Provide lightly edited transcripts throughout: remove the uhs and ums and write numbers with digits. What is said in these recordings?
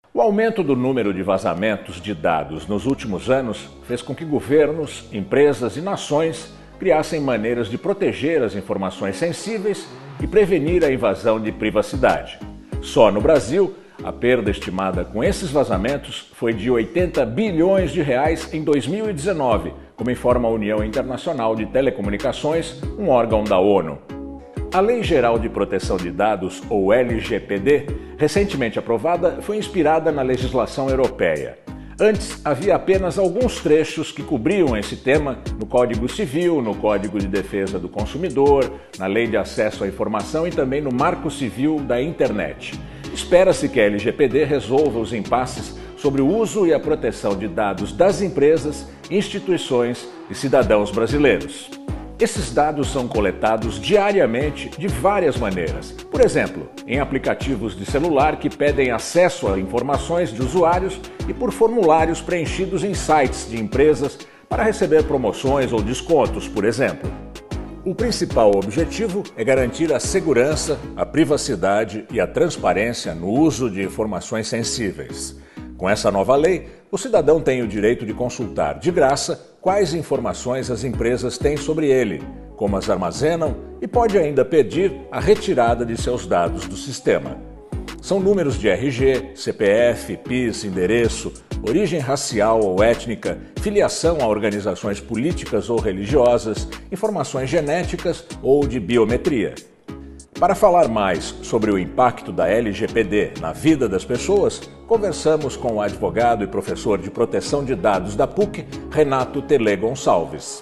O aumento do número de vazamentos de dados nos últimos anos fez com que governos, empresas e nações criassem maneiras de proteger as informações sensíveis e prevenir a invasão de privacidade. Só no Brasil, a perda estimada com esses vazamentos foi de 80 bilhões de reais em 2019, como informa a União Internacional de Telecomunicações, um órgão da ONU. A Lei Geral de Proteção de Dados, ou LGPD, recentemente aprovada, foi inspirada na legislação europeia. Antes, havia apenas alguns trechos que cobriam esse tema no Código Civil, no Código de Defesa do Consumidor, na Lei de Acesso à Informação e também no Marco Civil da Internet. Espera-se que a LGPD resolva os impasses sobre o uso e a proteção de dados das empresas, instituições e cidadãos brasileiros. Esses dados são coletados diariamente de várias maneiras. Por exemplo, em aplicativos de celular que pedem acesso a informações de usuários e por formulários preenchidos em sites de empresas para receber promoções ou descontos, por exemplo. O principal objetivo é garantir a segurança, a privacidade e a transparência no uso de informações sensíveis. Com essa nova lei, o cidadão tem o direito de consultar de graça quais informações as empresas têm sobre ele, como as armazenam e pode ainda pedir a retirada de seus dados do sistema. São números de RG, CPF, PIS, endereço, origem racial ou étnica, filiação a organizações políticas ou religiosas, informações genéticas ou de biometria. Para falar mais sobre o impacto da LGPD na vida das pessoas, conversamos com o advogado e professor de proteção de dados da PUC, Renato Telê Gonçalves.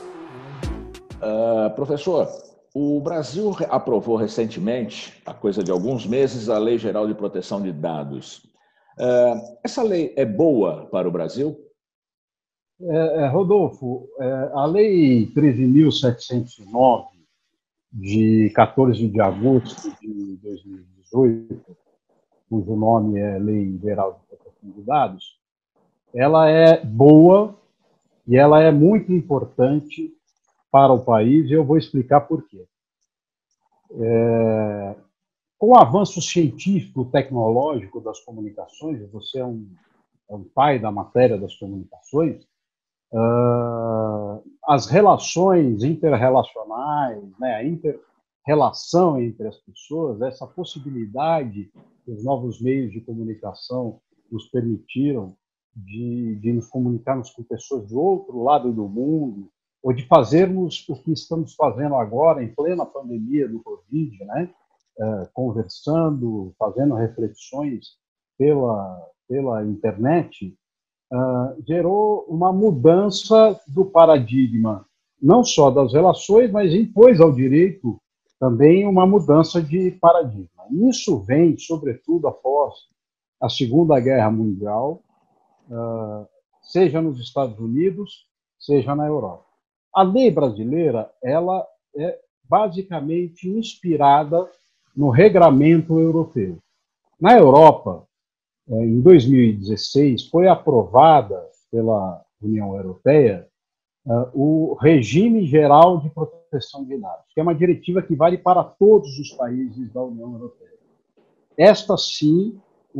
Professor, o Brasil aprovou recentemente, há coisa de alguns meses, a Lei Geral de Proteção de Dados. Essa lei é boa para o Brasil? Rodolfo, a Lei 13.709, de 14 de agosto de 2018, cujo nome é Lei Geral de Proteção de Dados, ela é boa e ela é muito importante para o país, e eu vou explicar por quê. Com o avanço científico, tecnológico das comunicações, você é um pai da matéria das comunicações, as relações interrelacionais, né, a inter-relação entre as pessoas, essa possibilidade que os novos meios de comunicação nos permitiram de nos comunicarmos com pessoas do outro lado do mundo, ou de fazermos o que estamos fazendo agora, em plena pandemia do Covid, né, conversando, fazendo reflexões pela internet, gerou uma mudança do paradigma, não só das relações, mas impôs ao direito também uma mudança de paradigma. Isso vem, sobretudo, após a Segunda Guerra Mundial, seja nos Estados Unidos, seja na Europa. A lei brasileira, ela é basicamente inspirada no regramento europeu. Na Europa, em 2016, foi aprovada pela União Europeia o Regime Geral de Proteção de Dados, que é uma diretiva que vale para todos os países da União Europeia. Esta, sim,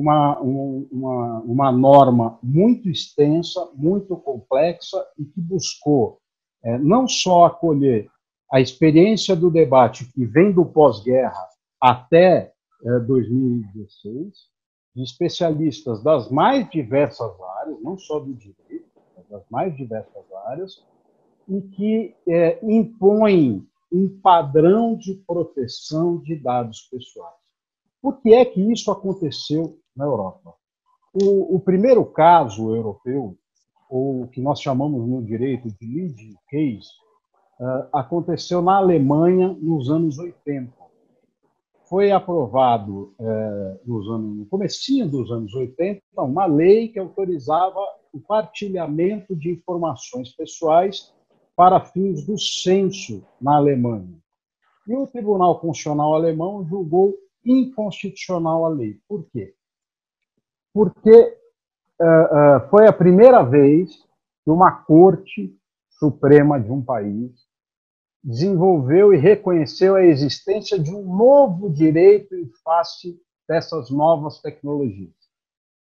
uma norma muito extensa, muito complexa e que buscou não só acolher a experiência do debate que vem do pós-guerra até 2016, de especialistas das mais diversas áreas, não só do direito, mas das mais diversas áreas, e que impõem um padrão de proteção de dados pessoais. Por que é que isso aconteceu na Europa? O primeiro caso europeu, ou o que nós chamamos no direito de lead case, aconteceu na Alemanha nos anos 80. Foi aprovado no comecinho dos anos 80 uma lei que autorizava o partilhamento de informações pessoais para fins do censo na Alemanha. E o Tribunal Constitucional alemão julgou inconstitucional a lei. Por quê? Porque foi a primeira vez que uma Corte Suprema de um país desenvolveu e reconheceu a existência de um novo direito em face dessas novas tecnologias,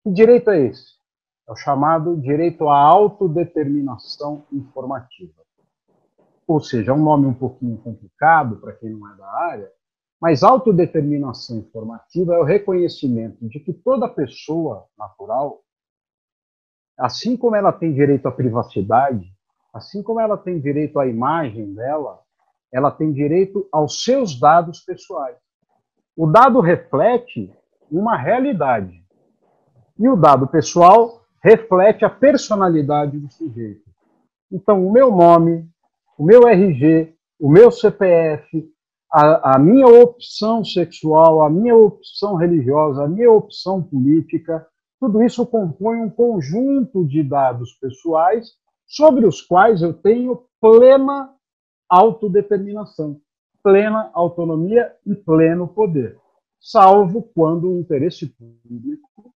Que direito é esse? É o chamado direito à autodeterminação informativa. Ou seja, é um nome um pouquinho complicado para quem não é da área, mas autodeterminação informativa é o reconhecimento de que toda pessoa natural, assim como ela tem direito à privacidade, assim como ela tem direito à imagem dela, ela tem direito aos seus dados pessoais. O dado reflete uma realidade. E o dado pessoal reflete a personalidade do sujeito. Então, o meu nome, o meu RG, o meu CPF, a minha opção sexual, a minha opção religiosa, a minha opção política, tudo isso compõe um conjunto de dados pessoais sobre os quais eu tenho plena autodeterminação, plena autonomia e pleno poder, salvo quando o interesse público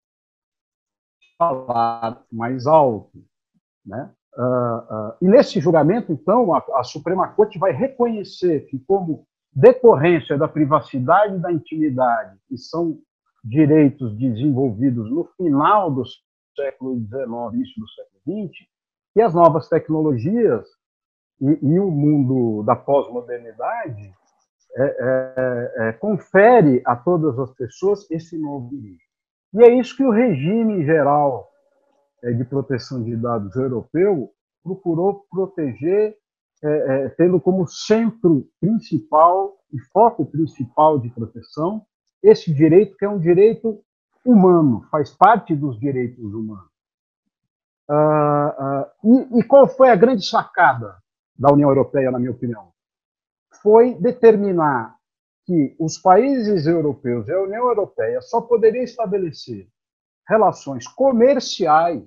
falar mais alto, né? E nesse julgamento, então, a Suprema Corte vai reconhecer que, como decorrência da privacidade e da intimidade, que são direitos desenvolvidos no final do século XIX, início do século XX, que as novas tecnologias e o mundo da pós-modernidade confere a todas as pessoas esse novo direito. E é isso que o regime geral de proteção de dados europeu procurou proteger, tendo como centro principal e foco principal de proteção esse direito, que é um direito humano, faz parte dos direitos humanos. E qual foi a grande sacada da União Europeia, na minha opinião? Foi determinar que os países europeus e a União Europeia só poderiam estabelecer relações comerciais,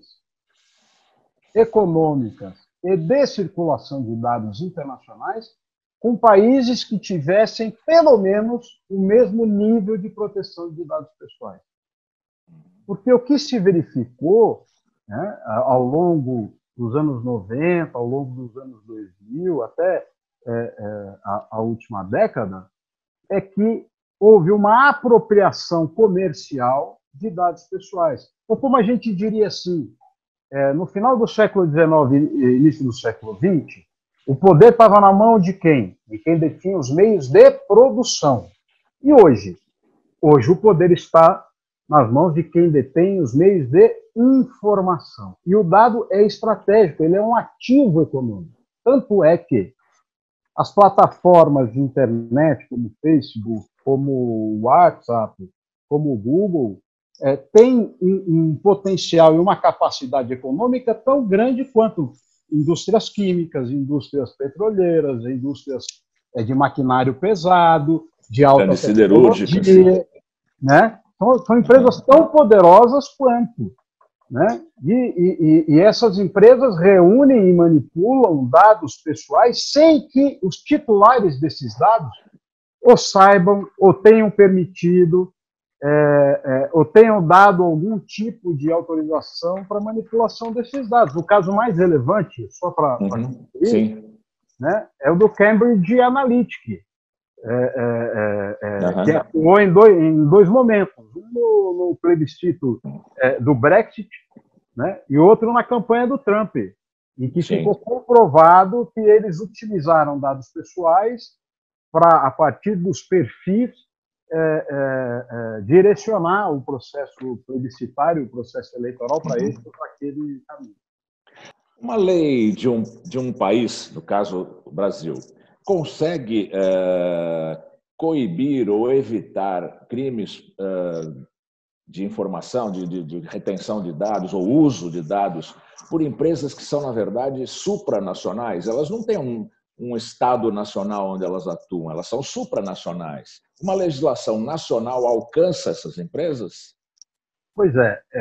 econômicas e de circulação de dados internacionais com países que tivessem, pelo menos, o mesmo nível de proteção de dados pessoais. Porque o que se verificou, né, ao longo dos anos 90, ao longo dos anos 2000, até a última década, é que houve uma apropriação comercial de dados pessoais. Ou como a gente diria assim, no final do século XIX e início do século XX, o poder estava na mão de quem? De quem detinha os meios de produção. E hoje? Hoje o poder está nas mãos de quem detém os meios de informação. E o dado é estratégico, ele é um ativo econômico. Tanto é que as plataformas de internet, como o Facebook, como o WhatsApp, como o Google, têm um potencial e uma capacidade econômica tão grande quanto indústrias químicas, indústrias petroleiras, indústrias de maquinário pesado, de alta tecnologia, né? São empresas tão poderosas quanto. Né? E essas empresas reúnem e manipulam dados pessoais sem que os titulares desses dados ou saibam, ou tenham permitido, ou tenham dado algum tipo de autorização para manipulação desses dados. O caso mais relevante, só para concluir, né, é o do Cambridge Analytica, que atuou em dois momentos. Um no plebiscito do Brexit, né, e outro na campanha do Trump, em que ficou comprovado que eles utilizaram dados pessoais para, a partir dos perfis, direcionar o processo plebiscitário, o processo eleitoral para esse ou para aquele caminho. Uma lei de um país, no caso o Brasil, consegue coibir ou evitar crimes de informação, de retenção de dados ou uso de dados por empresas que são, na verdade, supranacionais? Elas não têm um Estado nacional onde elas atuam, elas são supranacionais. Uma legislação nacional alcança essas empresas? Pois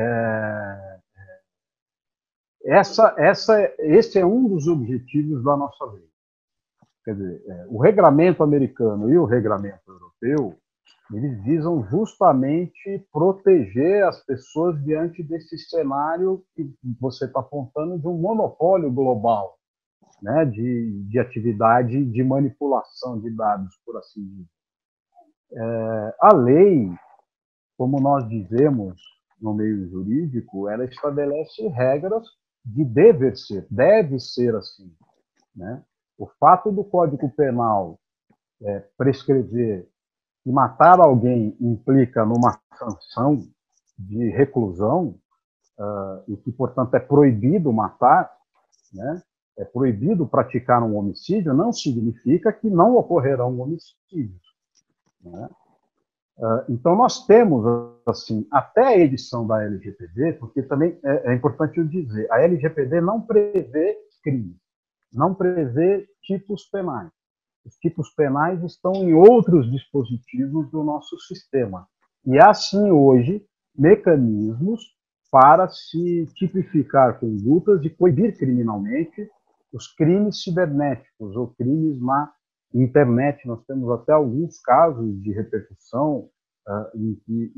esse é um dos objetivos da nossa lei. Quer dizer, o regramento americano e o regramento europeu, eles visam justamente proteger as pessoas diante desse cenário que você está apontando de um monopólio global, né, de atividade de manipulação de dados, por assim dizer. A lei, como nós dizemos no meio jurídico, ela estabelece regras de dever ser, deve ser assim, né? O fato do Código Penal prescrever que matar alguém implica numa sanção de reclusão, e que, portanto, é proibido matar, né? É proibido praticar um homicídio, não significa que não ocorrerão homicídios, né? Então, nós temos, assim, até a edição da LGPD, porque também é importante eu dizer, a LGPD não prevê crime, não prevê tipos penais. Os tipos penais estão em outros dispositivos do nosso sistema. E há, sim, hoje, mecanismos para se tipificar condutas e coibir criminalmente os crimes cibernéticos ou crimes na internet. Nós temos até alguns casos de repercussão em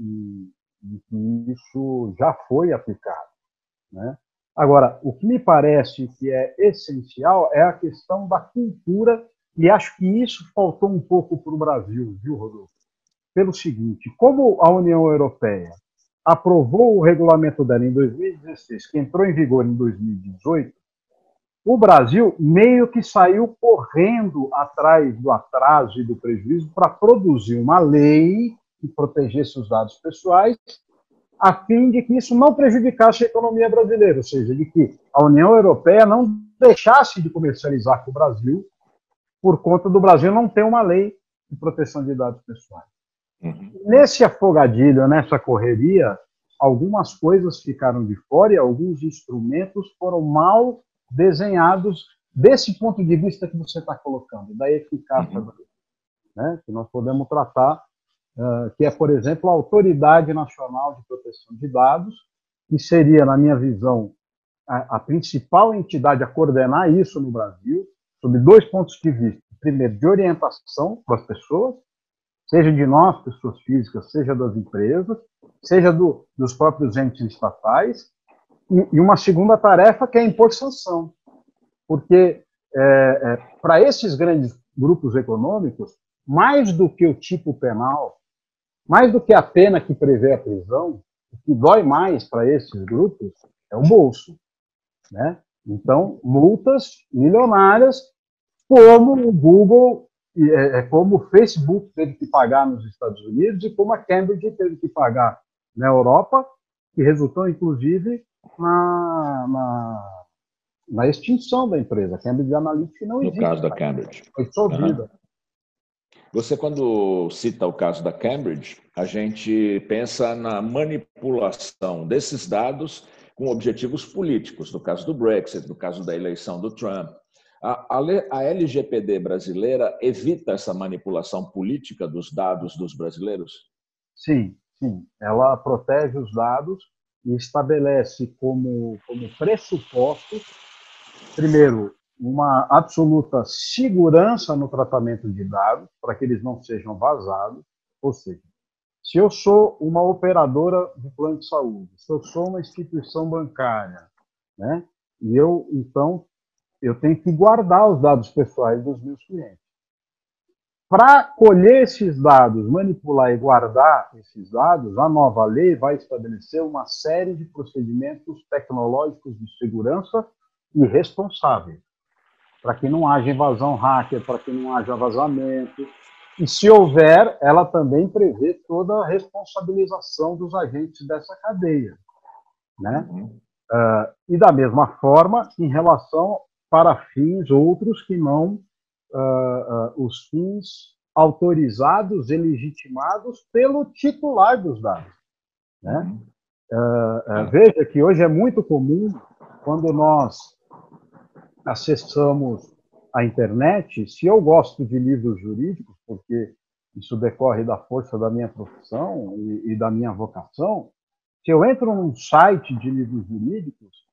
que isso já foi aplicado, né? Agora, o que me parece que é essencial é a questão da cultura, e acho que isso faltou um pouco para o Brasil, viu, Rodolfo? Pelo seguinte, como a União Europeia aprovou o regulamento dela em 2016, que entrou em vigor em 2018, o Brasil meio que saiu correndo atrás do atraso e do prejuízo para produzir uma lei que protegesse os dados pessoais, a fim de que isso não prejudicasse a economia brasileira, ou seja, de que a União Europeia não deixasse de comercializar com o Brasil por conta do Brasil não ter uma lei de proteção de dados pessoais. Nesse afogadilho, nessa correria, algumas coisas ficaram de fora e alguns instrumentos foram mal desenhados desse ponto de vista que você está colocando, da eficácia, né, que nós podemos tratar, que é, por exemplo, a Autoridade Nacional de Proteção de Dados, que seria, na minha visão, a principal entidade a coordenar isso no Brasil, sob dois pontos de vista. Primeiro, de orientação para as pessoas, seja de nós, pessoas físicas, seja das empresas, seja dos próprios entes estatais, e uma segunda tarefa que é impor sanção. Porque, para esses grandes grupos econômicos, mais do que o tipo penal, mais do que a pena que prevê a prisão, o que dói mais para esses grupos é o bolso, né? Então, multas milionárias, como o Google, como o Facebook teve que pagar nos Estados Unidos e como a Cambridge teve que pagar na Europa, que resultou, inclusive, na extinção da empresa. A Cambridge Analytica não existe. No caso da Cambridge. Foi dissolvida. Você, quando cita o caso da Cambridge, a gente pensa na manipulação desses dados com objetivos políticos, no caso do Brexit, no caso da eleição do Trump. A LGPD brasileira evita essa manipulação política dos dados dos brasileiros? Sim, sim. Ela protege os dados e estabelece como pressuposto, primeiro, uma absoluta segurança no tratamento de dados, para que eles não sejam vazados. Ou seja, se eu sou uma operadora de plano de saúde, se eu sou uma instituição bancária, né, e então, eu tenho que guardar os dados pessoais dos meus clientes. Para colher esses dados, manipular e guardar esses dados, a nova lei vai estabelecer uma série de procedimentos tecnológicos de segurança e responsáveis, para que não haja invasão hacker, para que não haja vazamento. E, se houver, ela também prevê toda a responsabilização dos agentes dessa cadeia, né? E, da mesma forma, em relação para fins outros que não os fins autorizados e legitimados pelo titular dos dados, né? Veja que hoje é muito comum, quando nós acessamos a internet, se eu gosto de livros jurídicos, porque isso decorre da força da minha profissão e da minha vocação, se eu entro num site de livros jurídicos,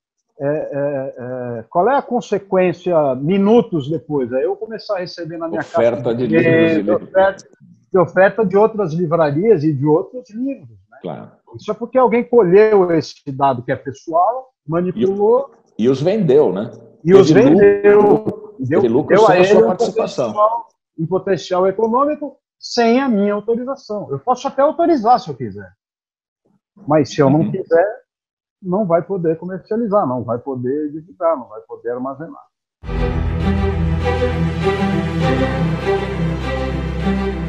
qual é a consequência minutos depois? Aí eu começar a receber na minha oferta de livros oferta de outras livrarias e de outros livros, né? Claro. Isso é porque alguém colheu esse dado que é pessoal, manipulou e os vendeu, né? E os vendeu. Deu sem a sua participação. Um potencial econômico sem a minha autorização. Eu posso até autorizar se eu quiser, Mas se eu não quiser, não vai poder comercializar, não vai poder divulgar, não vai poder armazenar.